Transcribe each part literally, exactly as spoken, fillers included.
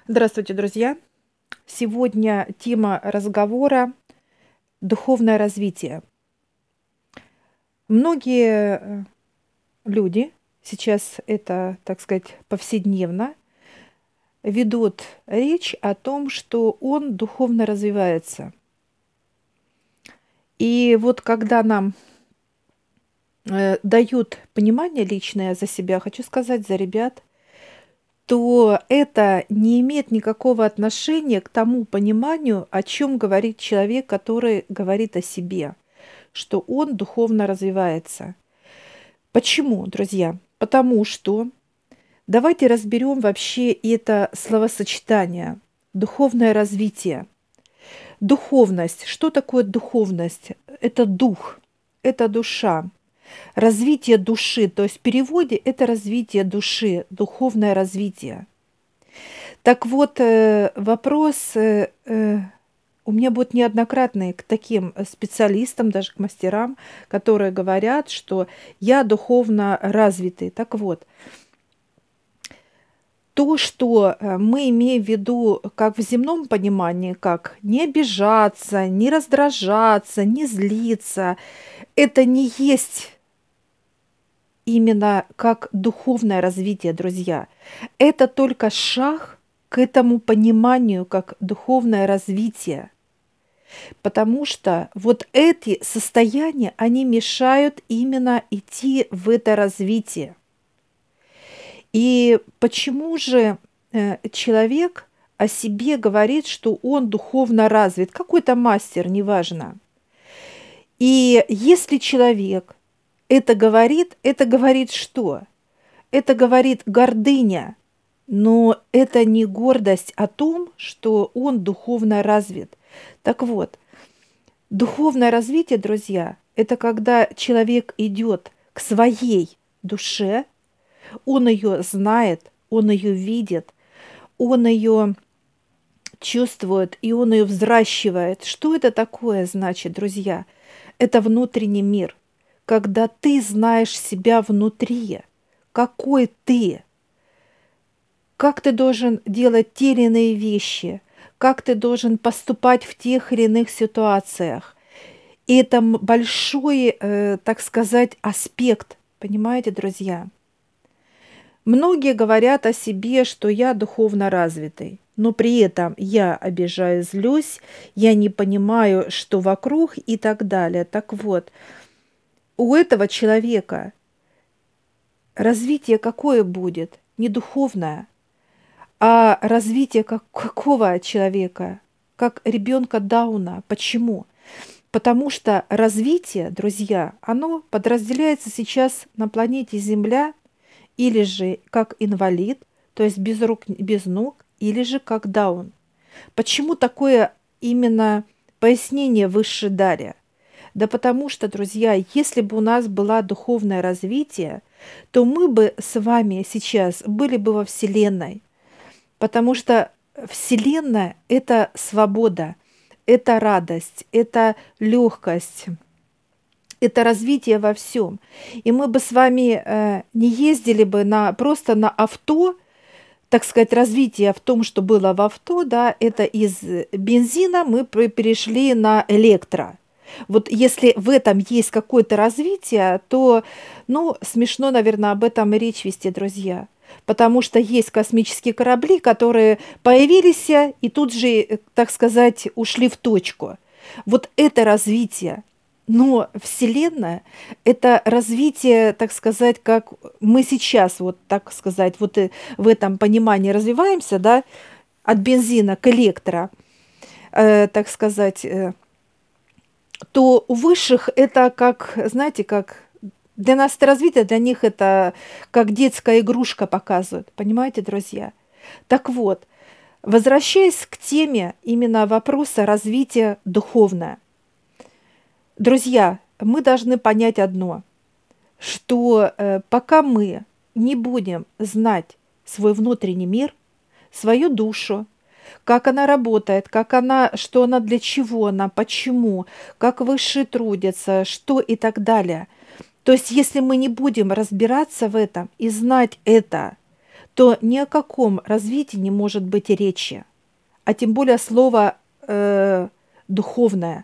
Здравствуйте, друзья! Сегодня тема разговора- духовное развитие. Многие, э, люди сейчас, это, так сказать, повседневно, ведут речь о том, что он духовно развивается. И вот когда нам э, дают понимание личное за себя, хочу сказать за ребят, то это не имеет никакого отношения к тому пониманию, о чём говорит человек, который говорит о себе, что он духовно развивается. Почему, друзья? Потому что давайте разберем вообще это словосочетание "духовное развитие". Духовность. Что такое духовность? Это дух, это душа, развитие души. То есть в переводе это развитие души, духовное развитие. Так вот, э, вопрос, э, э, у меня будет неоднократный к таким специалистам, даже к мастерам, которые говорят, что я духовно развитый. Так вот то, что, э, мы имеем в виду как в земном понимании, как не обижаться, не раздражаться, не злиться- это не есть именно как духовное развитие, друзья. Это только шаг к этому пониманию, как духовное развитие. Потому что вот эти состояния, они мешают именно идти в это развитие. И почему же, э, человек о себе говорит, что он духовно развит, какой-то мастер, неважно. И если человек это говорит, это говорит что? Это говорит гордыня, но это не гордость о том, что он духовно развит. Так вот, духовное развитие, друзья- это когда человек идёт к своей душе, он её знает, он её видит, он её чувствует, и он её взращивает. Что это такое значит, друзья? Это внутренний мир, когда ты знаешь себя внутри, какой ты. Как ты должен делать те или иные вещи, как ты должен поступать в тех или иных ситуациях. И это, м, большой, э, так сказать, аспект, понимаете, друзья? Многие говорят о себе, что я духовно развитый, но при этом я обижаюсь, злюсь, я не понимаю, что вокруг и так далее. Так вот, у этого человека развитие какое будет? Не духовное, а развитие как какого человека? Как ребёнка Дауна. Почему? Потому что развитие, друзья, оно подразделяется сейчас на планете Земля или же как инвалид, то есть без рук, без ног, или же как даун. Почему такое именно пояснение выше дали? Да потому что, друзья, если бы у нас было духовное развитие, то мы бы с вами сейчас были бы во Вселенной. Потому что Вселенная- это свобода, это радость, это лёгкость, это развитие во всём. И мы бы с вами, э, не ездили бы на просто на авто, так сказать, развитие в том, что было в авто, да, это из бензина мы пре перешли на электро. Вот если в этом есть какое-то развитие, то, ну, смешно, наверно, об этом и речь вести, друзья. Потому что есть космические корабли, которые появилися и тут же, э, так сказать, ушли в точку. Вот это развитие. Но Вселенная- это развитие, так сказать, как мы сейчас, вот так сказать, вот, э, в этом понимании развиваемся, да, от бензина к электро, э, так сказать, э, то у высших это как, знаете, как для нас это развитие, для них это как детская игрушка показывают. Понимаете, друзья? Так вот, возвращаясь к теме именно вопроса развития духовное. Друзья, мы должны понять одно: что, э, пока мы не будем знать свой внутренний мир, свою душу, как она работает, как она что она, для чего она, почему, как высшие трудятся, что и так далее. То есть если мы не будем разбираться в этом и знать это, то ни о каком развитии не может быть и речи, а тем более слово э, духовное.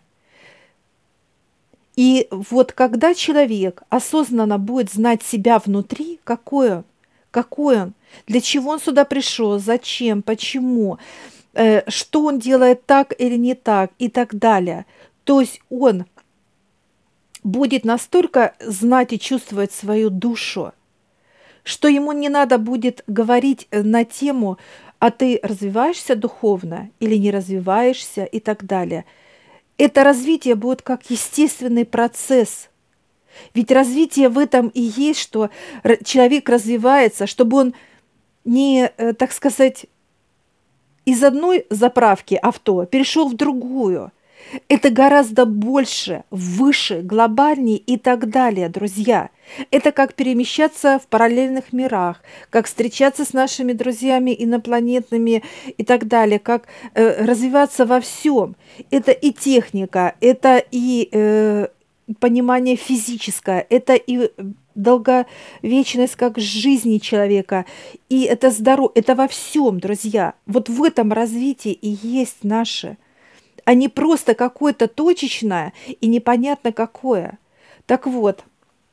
И вот когда человек осознанно будет знать себя внутри, какой он, какой он, для чего он сюда пришел, зачем, почему, э, что он делает так или не так и так далее, то есть он будет настолько знать и чувствовать свою душу, что ему не надо будет говорить на тему, а ты развиваешься духовно или не развиваешься и так далее. Это развитие будет как естественный процесс. Ведь развитие в этом и есть, что человек развивается, чтобы он не, так сказать, из одной заправки авто перешел в другую. Это гораздо больше, выше, глобальнее и так далее, друзья. Это как перемещаться в параллельных мирах, как встречаться с нашими друзьями инопланетными и так далее, как э, развиваться во всем. Это и техника, это и э, понимание физическое, это и долговечность как жизни человека, и это здоровье, это во всем, друзья. Вот в этом развитии и есть наше, а не просто какое-то точечное и непонятно какое. Так вот,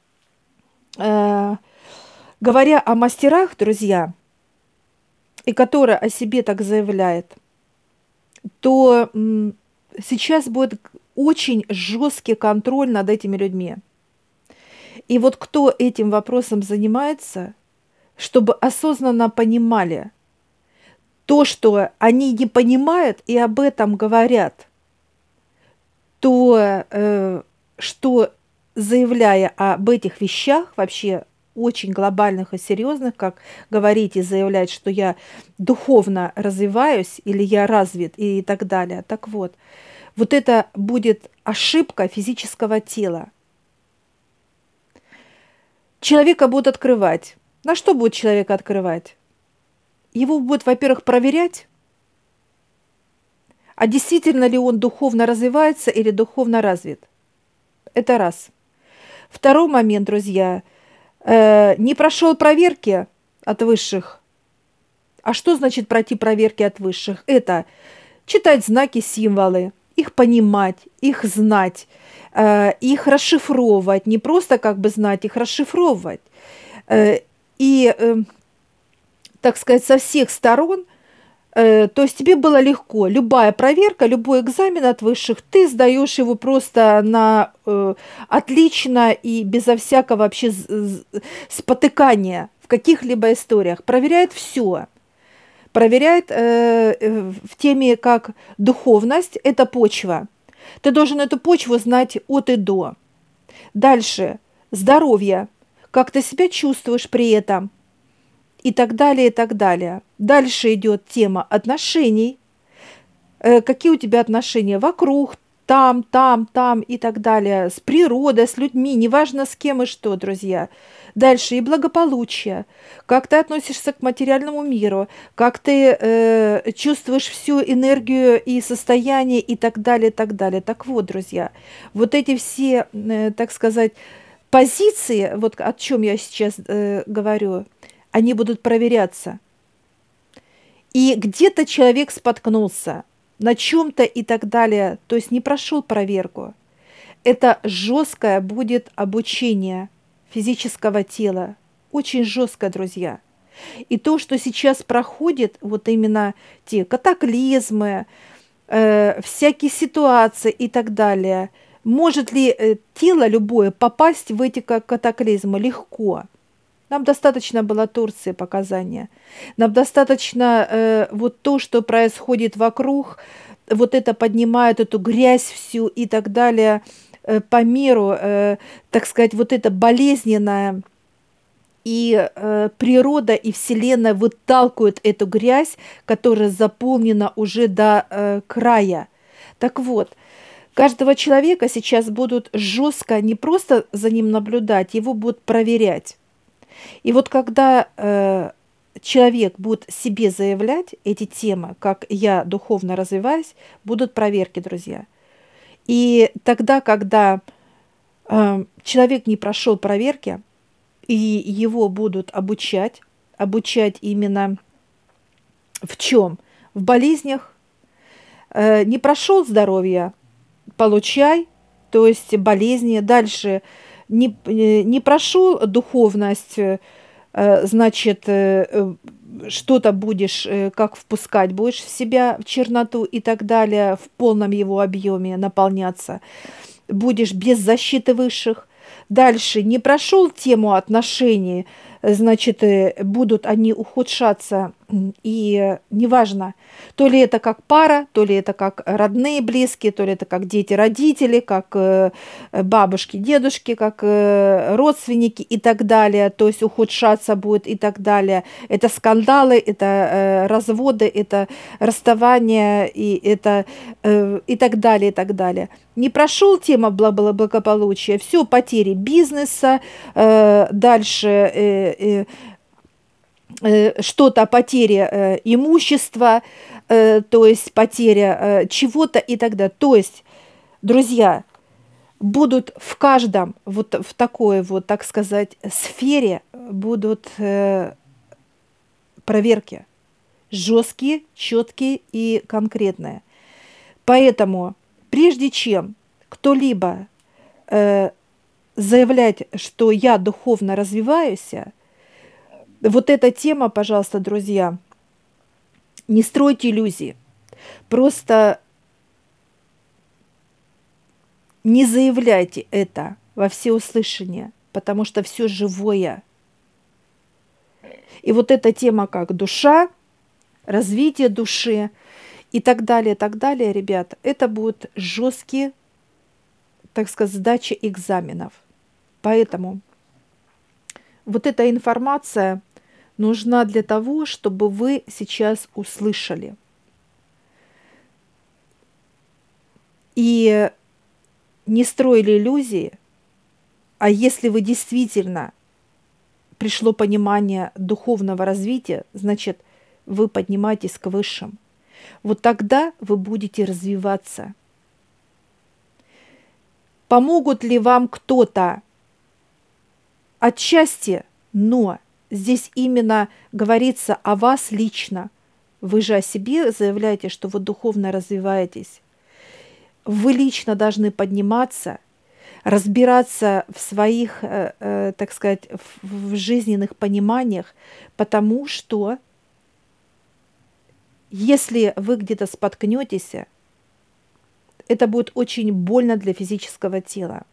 э, говоря о мастерах, друзья, и которая о себе так заявляет, то м, сейчас будет очень жесткий контроль над этими людьми. И вот кто этим вопросом занимается, чтобы осознанно понимали то, что они не понимают и об этом говорят, то, э, что, заявляя об этих вещах, вообще очень глобальных и серьезных, как говорить и заявлять, что я духовно развиваюсь или я развит и так далее. Так вот, вот это будет ошибка физического тела. Человека будут открывать. На что будет человека открывать? Его будут, во-первых, проверять, а действительно ли он духовно развивается или духовно развит. Это раз. Второй момент, друзья, э, не прошел проверки от высших. А что значит пройти проверки от высших? Это читать знаки, символы, их понимать, их знать, э, их расшифровывать, не просто как бы знать, их расшифровывать. Э, и, э, так сказать, со всех сторон, э, то есть тебе было легко. Любая проверка, любой экзамен от высших, ты сдаешь его просто на э, отлично и безо всякого вообще спотыкания в каких-либо историях. Проверяет все. Проверяет э, в теме как духовность, это почва. Ты должен эту почву знать от и до. Дальше здоровье, как ты себя чувствуешь при этом, и так далее, и так далее. Дальше идет тема отношений, э, какие у тебя отношения вокруг, там, там, там и так далее, с природой, с людьми, неважно с кем и что, друзья. Дальше и благополучие, как ты относишься к материальному миру, как ты э, чувствуешь всю энергию и состояние и так далее, и так далее. Так вот, друзья, вот эти все, э, так сказать, позиции, вот о чем я сейчас э, говорю, они будут проверяться. И где-то человек споткнулся на чем-то и так далее, то есть не прошел проверку. Это жесткое будет обучение физического тела. Очень жестко, друзья. И то, что сейчас проходит, вот именно те катаклизмы, э, всякие ситуации и так далее, может ли э, тело любое попасть в эти катаклизмы? Легко. Нам достаточно было Турции показания. Нам достаточно э, вот то, что происходит вокруг, вот это поднимает эту грязь всю и так далее, по миру, э, так сказать, вот это болезненное, и э, природа и Вселенная выталкивают эту грязь, которая заполнена уже до э, края. Так вот, каждого человека сейчас будут жестко не просто за ним наблюдать, его будут проверять. И вот когда э, человек будет себе заявлять эти темы, как я духовно развиваюсь, будут проверки, друзья. И тогда, когда э, человек не прошел проверки, и его будут обучать, обучать именно в чем? В болезнях. Э, не прошел здоровье, получай, то есть болезни. Дальше не, не прошел духовность, э, значит, э, что-то будешь, э, как впускать, будешь в себя в черноту и так далее, в полном его объеме наполняться. Будешь без защиты высших. Дальше не прошел тему отношений, значит, э, будут они ухудшаться, и э, неважно, то ли это как пара, то ли это как родные, близкие, то ли это как дети, родители, как э, бабушки, дедушки, как э, родственники и так далее, то есть ухудшаться будет и так далее. Это скандалы, это э, разводы, это расставания и, это, э, и так далее, и так далее. Не прошел тема благополучия, все, потери бизнеса, э, дальше э, э, э, что-то, потеря э, имущества, э, то есть потеря э, чего-то и так далее. То есть, друзья, будут в каждом, вот в такой вот, так сказать, сфере будут э, проверки жесткие, четкие и конкретные. Поэтому прежде чем кто-либо э, заявлять, что я духовно развиваюсь, вот эта тема, пожалуйста, друзья, не стройте иллюзии. Просто не заявляйте это во всеуслышание, потому что все живое. И вот эта тема как душа, развитие души и так далее, так далее, ребята, это будут жесткие, так сказать, сдача экзаменов. Поэтому вот эта информация нужна для того, чтобы вы сейчас услышали. И не строили иллюзии, а если вы действительно пришло понимание духовного развития, значит, вы поднимаетесь к высшим. Вот тогда вы будете развиваться. Помогут ли вам кто-то? Отчасти, но здесь именно говорится о вас лично. Вы же о себе заявляете, что вы духовно развиваетесь. Вы лично должны подниматься, разбираться в своих, э, э, так сказать, в, в жизненных пониманиях, потому что если вы где-то споткнетесь, это будет очень больно для физического тела.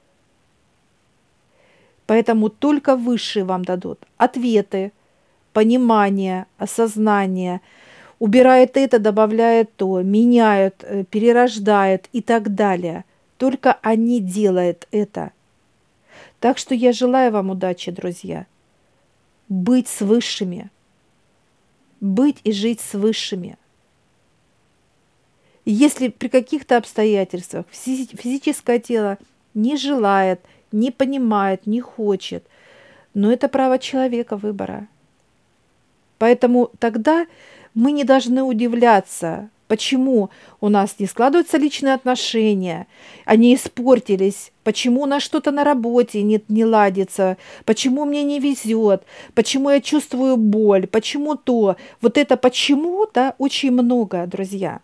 Поэтому только высшие вам дадут ответы, понимание, осознание, убирает это, добавляет то, меняют, перерождают и так далее. Только они делают это. Так что я желаю вам удачи, друзья. Быть с высшими. Быть и жить с высшими. Если при каких-то обстоятельствах физическое тело не желает, не понимает, не хочет, но это право человека выбора. Поэтому тогда мы не должны удивляться, почему у нас не складываются личные отношения, они испортились, почему у нас что-то на работе не, не ладится, почему мне не везет, почему я чувствую боль, почему то. Вот это почему, да, очень много, друзья.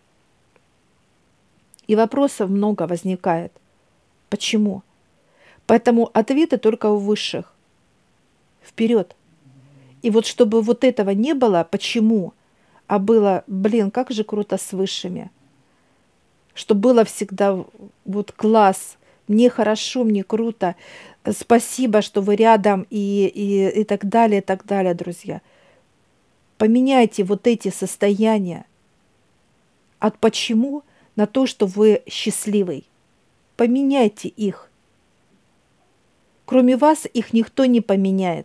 И вопросов много возникает. Почему? Поэтому ответы только у высших. Вперед. И вот чтобы вот этого не было, почему? А было, блин, как же круто с высшими. Что было всегда вот класс, мне хорошо, мне круто, спасибо, что вы рядом и, и, и так далее, и так далее, друзья. Поменяйте вот эти состояния от почему на то, что вы счастливый. Поменяйте их. Кроме вас их никто не поменяет.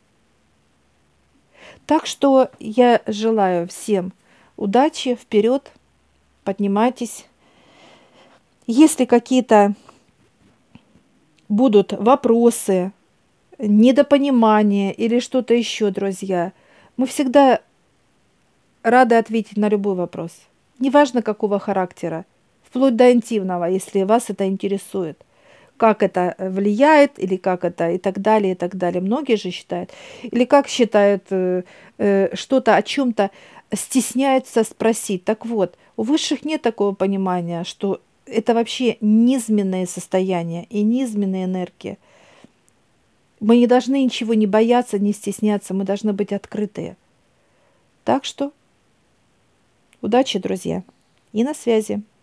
Так что я желаю всем удачи, вперед, поднимайтесь. Если какие-то будут вопросы, недопонимания или что-то еще, друзья, мы всегда рады ответить на любой вопрос. Неважно какого характера, вплоть до интимного, если вас это интересует. как это влияет, или как это, и так далее, и так далее. Многие же считают. Или как считают, э, э, что-то о чем-то стесняются спросить. Так вот, у высших нет такого понимания, что это вообще низменное состояние и низменная энергия. Мы не должны ничего не бояться, не стесняться, мы должны быть открытые. Так что удачи, друзья, и на связи.